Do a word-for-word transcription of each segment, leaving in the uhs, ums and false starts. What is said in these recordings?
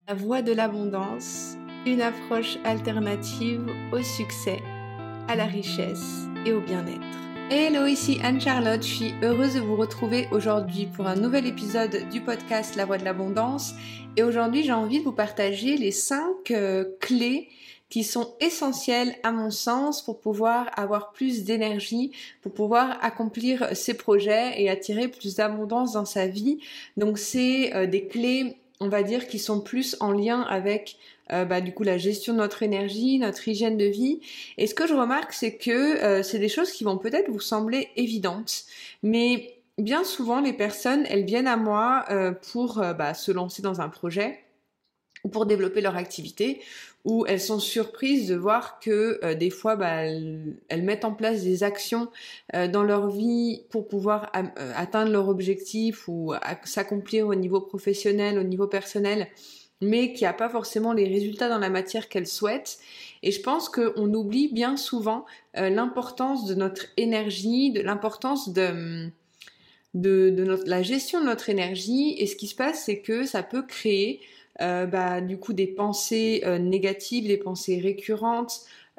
La voie de l'abondance, une approche alternative au succès, à la richesse et au bien-être. Hello, ici Anne-Charlotte, je suis heureuse de vous retrouver aujourd'hui pour un nouvel épisode du podcast La voie de l'abondance. Et aujourd'hui, j'ai envie de vous partager les cinq euh, clés qui sont essentielles à mon sens pour pouvoir avoir plus d'énergie, pour pouvoir accomplir ses projets et attirer plus d'abondance dans sa vie. Donc c'est euh, des clés, on va dire, qui sont plus en lien avec euh, bah, du coup la gestion de notre énergie, notre hygiène de vie. Et ce que je remarque, c'est que euh, c'est des choses qui vont peut-être vous sembler évidentes, mais bien souvent les personnes, elles viennent à moi euh, pour euh, bah, se lancer dans un projet ou pour développer leur activité, où elles sont surprises de voir que euh, des fois, bah, elles, elles mettent en place des actions euh, dans leur vie pour pouvoir a- euh, atteindre leur objectif ou à- s'accomplir au niveau professionnel, au niveau personnel, mais qui n'a pas forcément les résultats dans la matière qu'elles souhaitent. Et je pense qu'on oublie bien souvent euh, l'importance de notre énergie, de l'importance de... de, de notre, la gestion de notre énergie. Et ce qui se passe, c'est que ça peut créer euh, bah, du coup des pensées euh, négatives, des pensées récurrentes.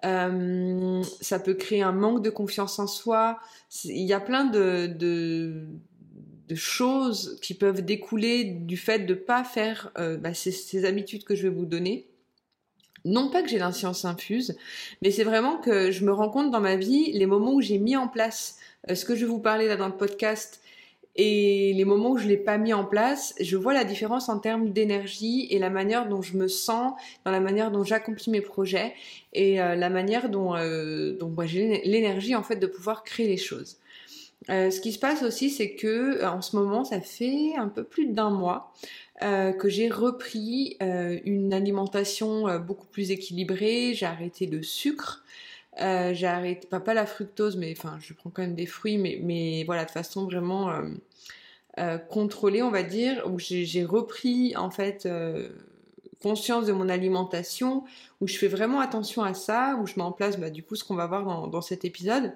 Euh, ça peut créer un manque de confiance en soi. Il y a plein de, de, de choses qui peuvent découler du fait de ne pas faire euh, bah, ces, ces habitudes que je vais vous donner. Non pas que j'ai la science infuse, mais c'est vraiment que je me rends compte dans ma vie, les moments où j'ai mis en place euh, ce que je vais vous parler là dans le podcast, et les moments où je l'ai pas mis en place, je vois la différence en termes d'énergie et la manière dont je me sens, dans la manière dont j'accomplis mes projets et euh, la manière dont, euh, dont moi, j'ai l'énergie en fait de pouvoir créer les choses. Euh, ce qui se passe aussi, c'est que en ce moment, ça fait un peu plus d'un mois euh, que j'ai repris euh, une alimentation euh, beaucoup plus équilibrée. J'ai arrêté le sucre. Euh, j'ai arrêté, pas, pas la fructose, mais enfin, je prends quand même des fruits, mais, mais voilà, de façon vraiment euh, euh, contrôlée, on va dire, où j'ai, j'ai repris en fait euh, conscience de mon alimentation, où je fais vraiment attention à ça, où je mets en place bah, du coup ce qu'on va voir dans, dans cet épisode.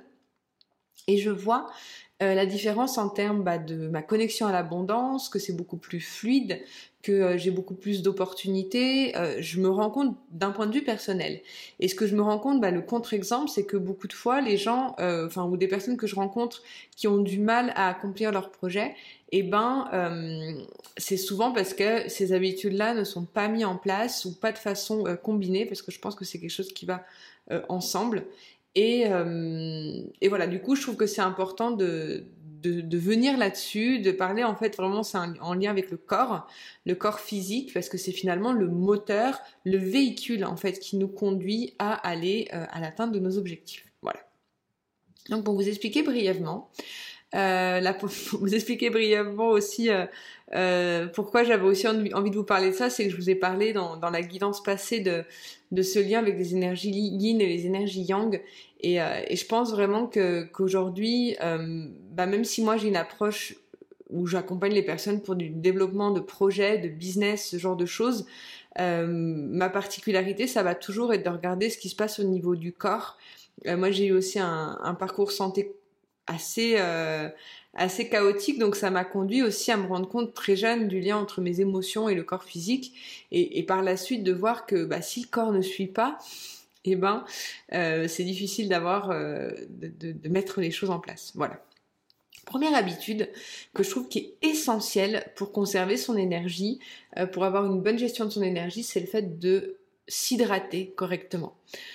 Et je vois euh, la différence en termes bah, de ma connexion à l'abondance, que c'est beaucoup plus fluide, que euh, j'ai beaucoup plus d'opportunités. Euh, je me rends compte d'un point de vue personnel. Et ce que je me rends compte, bah, le contre-exemple, c'est que beaucoup de fois, les gens, euh, enfin ou des personnes que je rencontre qui ont du mal à accomplir leur projet, eh ben, euh, c'est souvent parce que ces habitudes-là ne sont pas mises en place ou pas de façon euh, combinée, parce que je pense que c'est quelque chose qui va euh, ensemble. Et, euh, et voilà, du coup, je trouve que c'est important de, de, de venir là-dessus, de parler en fait vraiment, c'est un, en lien avec le corps, le corps physique, parce que c'est finalement le moteur, le véhicule en fait qui nous conduit à aller euh, à l'atteinte de nos objectifs. Voilà. Donc pour vous expliquer brièvement, euh, là, pour vous expliquer brièvement aussi euh, euh, pourquoi j'avais aussi envie, envie de vous parler de ça, c'est que je vous ai parlé dans, dans la guidance passée de, de ce lien avec les énergies yin et les énergies yang. Et, euh, et je pense vraiment que qu'aujourd'hui, euh, bah même si moi j'ai une approche où j'accompagne les personnes pour du développement de projets, de business, ce genre de choses, euh, ma particularité, ça va toujours être de regarder ce qui se passe au niveau du corps. Euh, moi, j'ai eu aussi un, un parcours santé assez euh, assez chaotique, donc ça m'a conduit aussi à me rendre compte très jeune du lien entre mes émotions et le corps physique, et, et par la suite de voir que bah, si le corps ne suit pas, eh ben euh, c'est difficile d'avoir euh, de, de, de mettre les choses en place. Voilà. Première habitude que je trouve qui est essentielle pour conserver son énergie, euh, pour avoir une bonne gestion de son énergie, c'est le fait de s'hydrater correctement.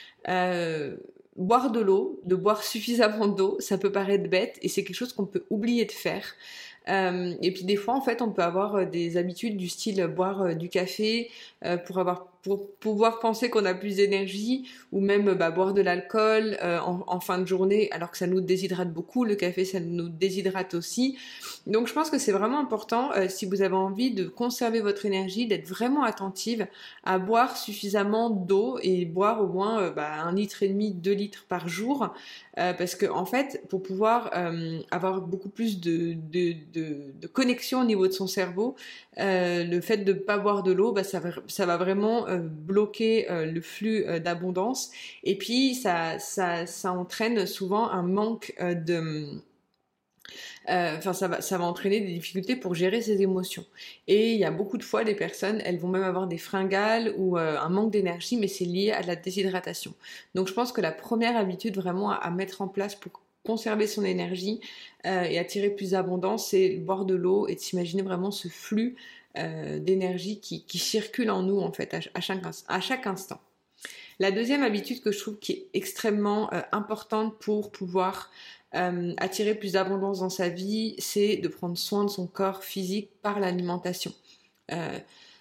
Euh, boire de l'eau, de boire suffisamment d'eau, ça peut paraître bête et c'est quelque chose qu'on peut oublier de faire. Euh, et puis des fois, en fait, on peut avoir des habitudes du style boire euh, du café euh, pour avoir pour pouvoir penser qu'on a plus d'énergie, ou même bah, boire de l'alcool euh, en, en fin de journée, alors que ça nous déshydrate beaucoup. Le café, ça nous déshydrate aussi. Donc, je pense que c'est vraiment important, euh, si vous avez envie de conserver votre énergie, d'être vraiment attentive à boire suffisamment d'eau et boire au moins euh, bah, un litre et demi, deux litres par jour, euh, parce que en fait, pour pouvoir euh, avoir beaucoup plus de, de, de, de connexion au niveau de son cerveau, euh, le fait de ne pas boire de l'eau, bah, ça, va, ça va vraiment euh, bloquer euh, le flux euh, d'abondance, et puis ça, ça, ça entraîne souvent un manque euh, de Enfin, euh, ça va, ça va entraîner des difficultés pour gérer ses émotions. Et il y a beaucoup de fois, des personnes, elles vont même avoir des fringales ou euh, un manque d'énergie, mais c'est lié à de la déshydratation. Donc je pense que la première habitude vraiment à, à mettre en place pour conserver son énergie euh, et attirer plus d'abondance, c'est boire de l'eau et de s'imaginer vraiment ce flux euh, d'énergie qui, qui circule en nous en fait à, à, chaque, à chaque instant. La deuxième habitude que je trouve qui est extrêmement euh, importante pour pouvoir euh, attirer plus d'abondance dans sa vie, c'est de prendre soin de son corps physique par l'alimentation. Euh,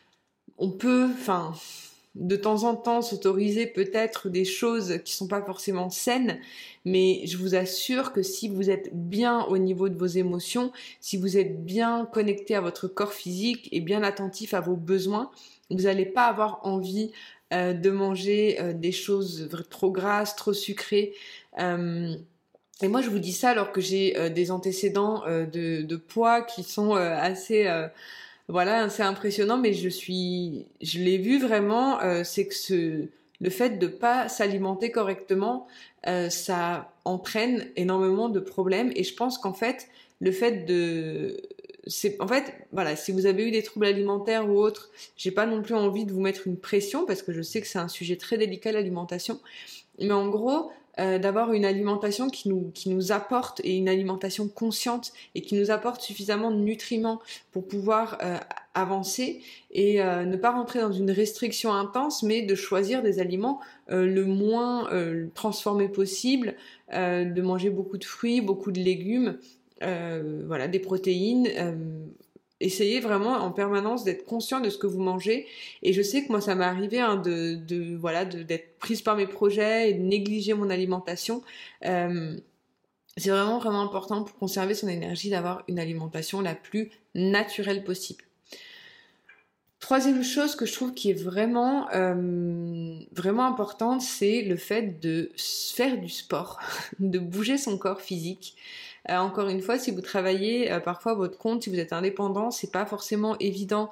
on peut, enfin, de temps en temps s'autoriser peut-être des choses qui sont pas forcément saines, mais je vous assure que si vous êtes bien au niveau de vos émotions, si vous êtes bien connecté à votre corps physique et bien attentif à vos besoins, vous n'allez pas avoir envie euh, de manger euh, des choses trop grasses, trop sucrées. Euh, et moi je vous dis ça alors que j'ai euh, des antécédents euh, de, de poids qui sont euh, assez... Euh, Voilà, c'est impressionnant, mais je suis, je l'ai vu vraiment, euh, c'est que ce, le fait de pas s'alimenter correctement, euh, ça entraîne énormément de problèmes. Et je pense qu'en fait, le fait de, c'est, en fait, voilà, si vous avez eu des troubles alimentaires ou autres, j'ai pas non plus envie de vous mettre une pression parce que je sais que c'est un sujet très délicat l'alimentation. Mais en gros, euh, d'avoir une alimentation qui nous, qui nous apporte, et une alimentation consciente, et qui nous apporte suffisamment de nutriments pour pouvoir euh, avancer, et euh, ne pas rentrer dans une restriction intense, mais de choisir des aliments euh, le moins euh, transformés possible, euh, de manger beaucoup de fruits, beaucoup de légumes, euh, voilà, des protéines. Euh, Essayez vraiment en permanence d'être conscient de ce que vous mangez. Et je sais que moi, ça m'est arrivé hein, de, de, voilà, de, d'être prise par mes projets et de négliger mon alimentation. Euh, c'est vraiment, vraiment important pour conserver son énergie d'avoir une alimentation la plus naturelle possible. Troisième chose que je trouve qui est vraiment, euh, vraiment importante, c'est le fait de faire du sport, de bouger son corps physique. Euh, encore une fois, si vous travaillez euh, parfois à votre compte, si vous êtes indépendant, c'est pas forcément évident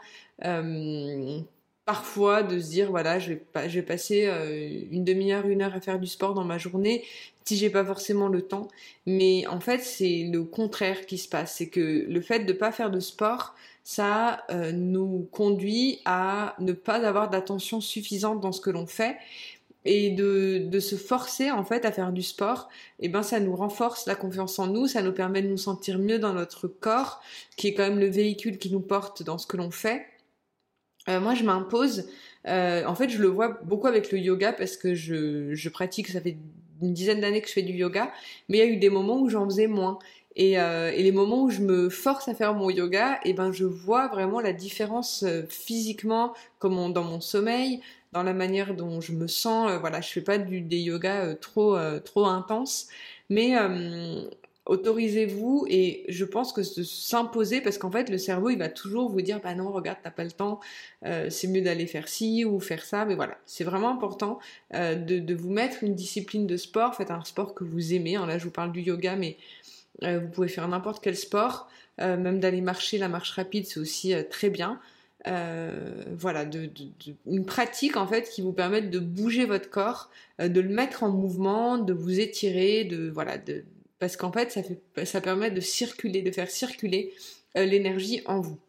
euh, parfois de se dire voilà, je vais, pas, je vais passer euh, une demi-heure, une heure à faire du sport dans ma journée si j'ai pas forcément le temps. Mais en fait, c'est le contraire qui se passe, c'est que le fait de pas faire de sport, ça euh, nous conduit à ne pas avoir d'attention suffisante dans ce que l'on fait. Et de, de se forcer en fait à faire du sport, et ben ça nous renforce la confiance en nous, ça nous permet de nous sentir mieux dans notre corps, qui est quand même le véhicule qui nous porte dans ce que l'on fait. Euh, moi je m'impose, euh, en fait je le vois beaucoup avec le yoga parce que je, je pratique, ça fait une dizaine d'années que je fais du yoga, mais il y a eu des moments où j'en faisais moins. Et, euh, et les moments où je me force à faire mon yoga, et ben je vois vraiment la différence euh, physiquement, comme on, dans mon sommeil, dans la manière dont je me sens. Euh, voilà, je fais pas du, des yogas euh, trop euh, trop intenses, mais euh, autorisez-vous. Et je pense que de s'imposer, parce qu'en fait le cerveau il va toujours vous dire bah non regarde t'as pas le temps, euh, c'est mieux d'aller faire ci ou faire ça. Mais voilà, c'est vraiment important euh, de, de vous mettre une discipline de sport. Faites un sport que vous aimez. Hein, là je vous parle du yoga, mais Euh, vous pouvez faire n'importe quel sport, euh, même d'aller marcher, la marche rapide, c'est aussi euh, très bien. Euh, voilà, de, de, de, une pratique en fait qui vous permette de bouger votre corps, euh, de le mettre en mouvement, de vous étirer, de voilà, de, parce qu'en fait ça fait, ça permet de circuler, de faire circuler euh, l'énergie en vous.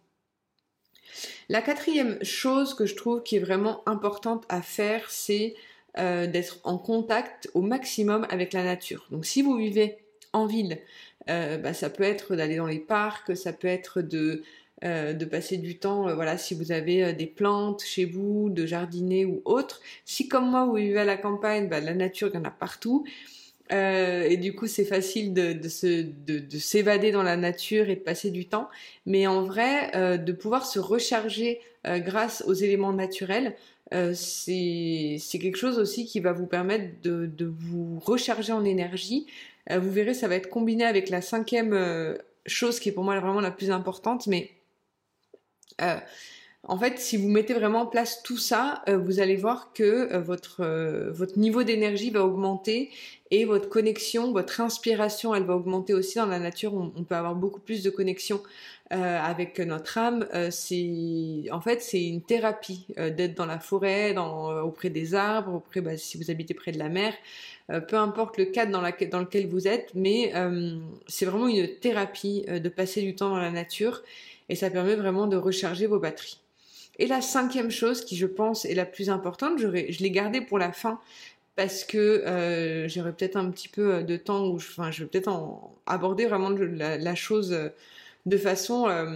La quatrième chose que je trouve qui est vraiment importante à faire, c'est euh, d'être en contact au maximum avec la nature. Donc si vous vivez en ville, euh, bah, ça peut être d'aller dans les parcs, ça peut être de, euh, de passer du temps, euh, voilà, si vous avez euh, des plantes chez vous, de jardiner ou autre. Si comme moi vous vivez à la campagne, bah, la nature il y en a partout. Euh, et du coup c'est facile de, de, se, de, de s'évader dans la nature et de passer du temps. Mais en vrai, euh, de pouvoir se recharger euh, grâce aux éléments naturels, euh, c'est, c'est quelque chose aussi qui va vous permettre de, de vous recharger en énergie. Euh, vous verrez, ça va être combiné avec la cinquième euh, chose qui est pour moi vraiment la plus importante, mais euh, En fait, si vous mettez vraiment en place tout ça, euh, vous allez voir que euh, votre, euh, votre niveau d'énergie va augmenter et votre connexion, votre inspiration, elle va augmenter aussi. Dans la nature, on, on peut avoir beaucoup plus de connexion euh, avec notre âme. Euh, c'est, en fait, c'est une thérapie euh, d'être dans la forêt, dans, euh, auprès des arbres, auprès, bah, si vous habitez près de la mer, euh, peu importe le cadre dans, la, dans lequel vous êtes, mais euh, c'est vraiment une thérapie euh, de passer du temps dans la nature et ça permet vraiment de recharger vos batteries. Et la cinquième chose qui, je pense, est la plus importante, je l'ai gardée pour la fin parce que euh, j'aurais peut-être un petit peu de temps où je, enfin, je vais peut-être en aborder vraiment la, la chose de façon, euh,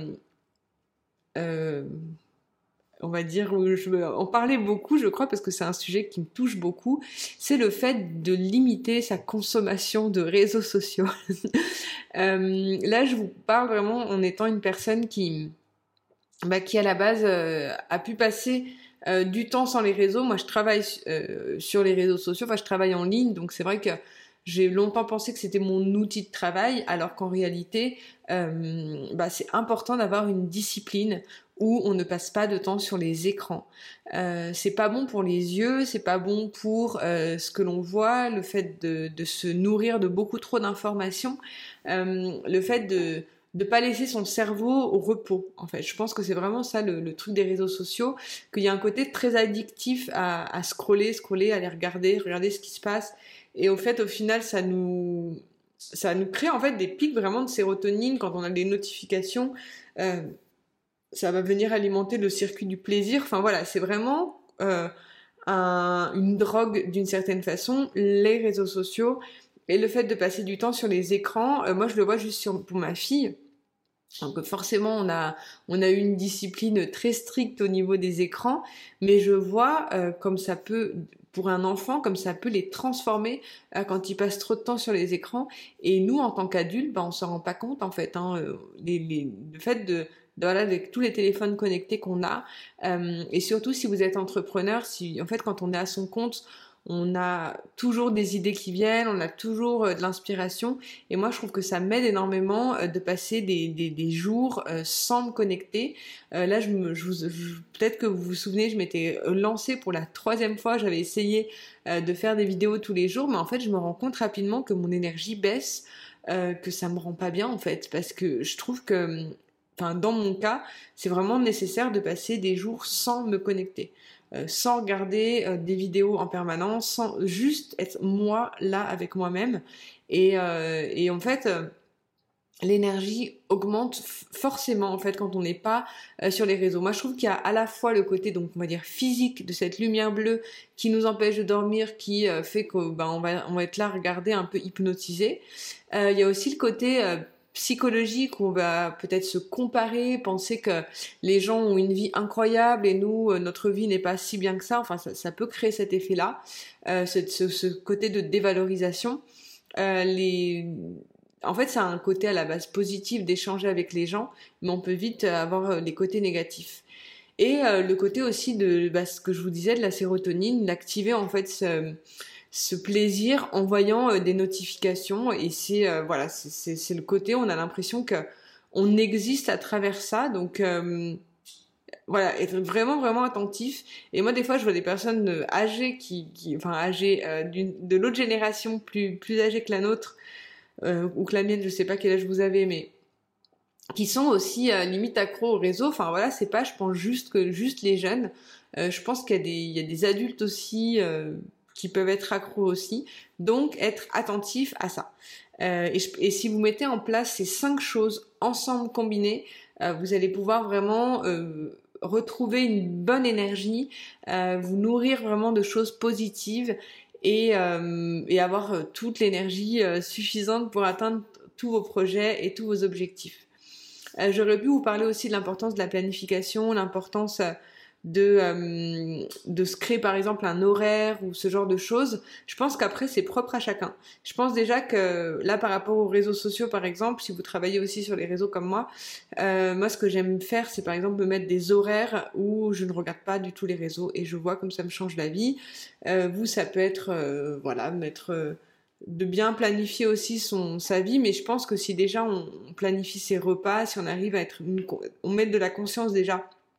euh, on va dire, où je veux en parler beaucoup, je crois, parce que c'est un sujet qui me touche beaucoup, c'est le fait de limiter sa consommation de réseaux sociaux. euh, là, je vous parle vraiment en étant une personne qui... Bah, qui à la base euh, a pu passer euh, du temps sans les réseaux. Moi, je travaille euh, sur les réseaux sociaux, enfin, je travaille en ligne, donc c'est vrai que j'ai longtemps pensé que c'était mon outil de travail, alors qu'en réalité, euh, bah, c'est important d'avoir une discipline où on ne passe pas de temps sur les écrans. Euh, c'est pas bon pour les yeux, c'est pas bon pour euh, ce que l'on voit, le fait de, de se nourrir de beaucoup trop d'informations, euh, le fait de de pas laisser son cerveau au repos, en fait. Je pense que c'est vraiment ça le, le truc des réseaux sociaux, qu'il y a un côté très addictif à, à scroller, scroller, à les regarder, regarder ce qui se passe. Et au fait, au final, ça nous, ça nous crée en fait des pics vraiment de sérotonine quand on a des notifications. Euh, ça va venir alimenter le circuit du plaisir. Enfin voilà, c'est vraiment euh, un, une drogue d'une certaine façon, les réseaux sociaux. Et le fait de passer du temps sur les écrans, euh, moi je le vois juste sur, pour ma fille. Donc forcément on a on a eu une discipline très stricte au niveau des écrans, mais je vois euh, comme ça peut pour un enfant comme ça peut les transformer euh, quand il passe trop de temps sur les écrans. Et nous en tant qu'adultes, bah, on s'en rend pas compte en fait. Hein, euh, les, les, le fait de de, voilà, avec tous les téléphones connectés qu'on a, euh, et surtout si vous êtes entrepreneur, si en fait quand on est à son compte, on a toujours des idées qui viennent, on a toujours euh, de l'inspiration. Et moi, je trouve que ça m'aide énormément euh, de passer des, des, des jours euh, sans me connecter. Euh, là, je me, je vous, je, peut-être que vous vous souvenez, je m'étais lancée pour la troisième fois. J'avais essayé euh, de faire des vidéos tous les jours, mais en fait, je me rends compte rapidement que mon énergie baisse, euh, que ça me rend pas bien en fait, parce que je trouve que, enfin, dans mon cas, c'est vraiment nécessaire de passer des jours sans me connecter. Euh, sans regarder euh, des vidéos en permanence, sans juste être moi là avec moi-même. Et, euh, et en fait, euh, l'énergie augmente forcément en fait quand on n'est pas euh, sur les réseaux. Moi, je trouve qu'il y a à la fois le côté donc on va dire physique de cette lumière bleue qui nous empêche de dormir, qui euh, fait qu'on ben, on va on va être là regarder un peu hypnotisé. Euh, il y a aussi le côté euh, psychologique où on va peut-être se comparer, penser que les gens ont une vie incroyable et nous, euh, notre vie n'est pas si bien que ça. Enfin, ça, ça peut créer cet effet-là, euh, ce, ce, ce côté de dévalorisation. Euh, les... En fait, ça a un côté à la base positif d'échanger avec les gens, mais on peut vite avoir les côtés négatifs. Et euh, le côté aussi de bah, ce que je vous disais, de la sérotonine, d'activer en fait ce... ce plaisir en voyant euh, des notifications. Et c'est euh, voilà, c'est, c'est, c'est le côté, on a l'impression que on existe à travers ça. Donc euh, voilà, être vraiment vraiment attentif. Et moi des fois je vois des personnes euh, âgées qui, qui enfin âgées euh, d'une, de l'autre génération, plus plus âgées que la nôtre euh, ou que la mienne, je sais pas quel âge vous avez, mais qui sont aussi euh, limite accros au réseau. Enfin voilà, c'est pas, je pense juste que juste les jeunes. Euh, je pense qu'il y a des il y a des adultes aussi euh, qui peuvent être accros aussi. Donc être attentif à ça. Euh, et, je, et si vous mettez en place ces cinq choses ensemble combinées, euh, vous allez pouvoir vraiment euh, retrouver une bonne énergie, euh, vous nourrir vraiment de choses positives et, euh, et avoir toute l'énergie euh, suffisante pour atteindre tous vos projets et tous vos objectifs. Euh, j'aurais pu vous parler aussi de l'importance de la planification, l'importance euh, de, euh, de se créer par exemple un horaire ou ce genre de choses. Je pense qu'après c'est propre à chacun. Je pense déjà que là par rapport aux réseaux sociaux par exemple, si vous travaillez aussi sur les réseaux comme moi, euh, moi ce que j'aime faire c'est par exemple me mettre des horaires où je ne regarde pas du tout les réseaux et je vois comme ça me change la vie. Euh, vous ça peut être euh, voilà mettre euh, de bien planifier aussi son sa vie, mais je pense que si déjà on planifie ses repas, si on arrive à être une, on met de la conscience déjà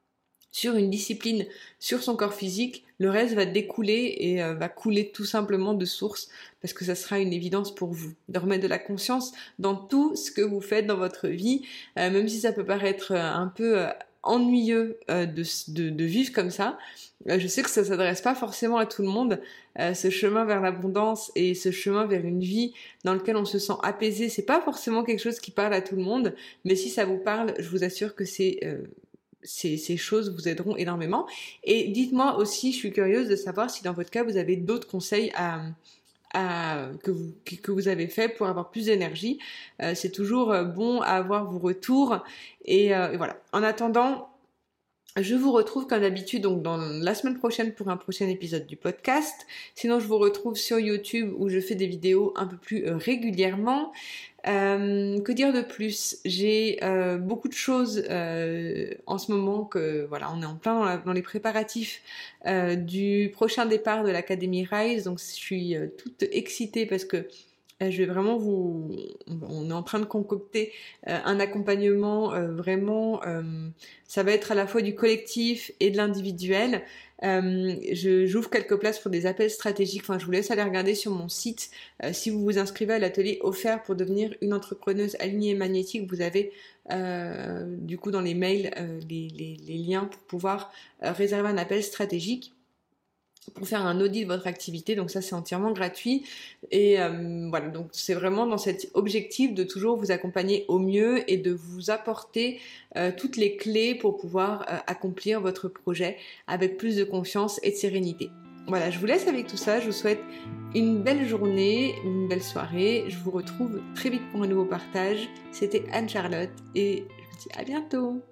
sur une discipline, sur son corps physique, le reste va découler et euh, va couler tout simplement de source parce que ça sera une évidence pour vous. De remettre de la conscience dans tout ce que vous faites dans votre vie, euh, même si ça peut paraître un peu euh, ennuyeux euh, de, de, de vivre comme ça. Euh, je sais que ça s'adresse pas forcément à tout le monde. Euh, ce chemin vers l'abondance et ce chemin vers une vie dans lequel on se sent apaisé, c'est pas forcément quelque chose qui parle à tout le monde, mais si ça vous parle, je vous assure que c'est euh, Ces, ces choses vous aideront énormément. Et dites-moi aussi, je suis curieuse de savoir si dans votre cas vous avez d'autres conseils à, à, que, vous, que vous avez fait pour avoir plus d'énergie. Euh, c'est toujours bon à avoir vos retours. Et, euh, et voilà. En attendant, je vous retrouve comme d'habitude donc dans la semaine prochaine pour un prochain épisode du podcast. Sinon, je vous retrouve sur YouTube où je fais des vidéos un peu plus euh, régulièrement. Euh, que dire de plus? J'ai euh, beaucoup de choses euh, en ce moment que voilà, on est en plein dans, la, dans les préparatifs euh, du prochain départ de l'Académie Rise. Donc, je suis euh, toute excitée parce que je vais vraiment vous... On est en train de concocter euh, un accompagnement euh, vraiment... Euh, ça va être à la fois du collectif et de l'individuel. Euh, je, j'ouvre quelques places pour des appels stratégiques. Enfin, je vous laisse aller regarder sur mon site. Euh, si vous vous inscrivez à l'atelier offert pour devenir une entrepreneuse alignée et magnétique, vous avez euh, du coup dans les mails euh, les, les, les liens pour pouvoir euh, réserver un appel stratégique pour faire un audit de votre activité, donc ça c'est entièrement gratuit et euh, voilà, donc c'est vraiment dans cet objectif de toujours vous accompagner au mieux et de vous apporter euh, toutes les clés pour pouvoir euh, accomplir votre projet avec plus de confiance et de sérénité. Voilà, je vous laisse avec tout ça, je vous souhaite une belle journée, une belle soirée, je vous retrouve très vite pour un nouveau partage. C'était Anne-Charlotte et je vous dis à bientôt.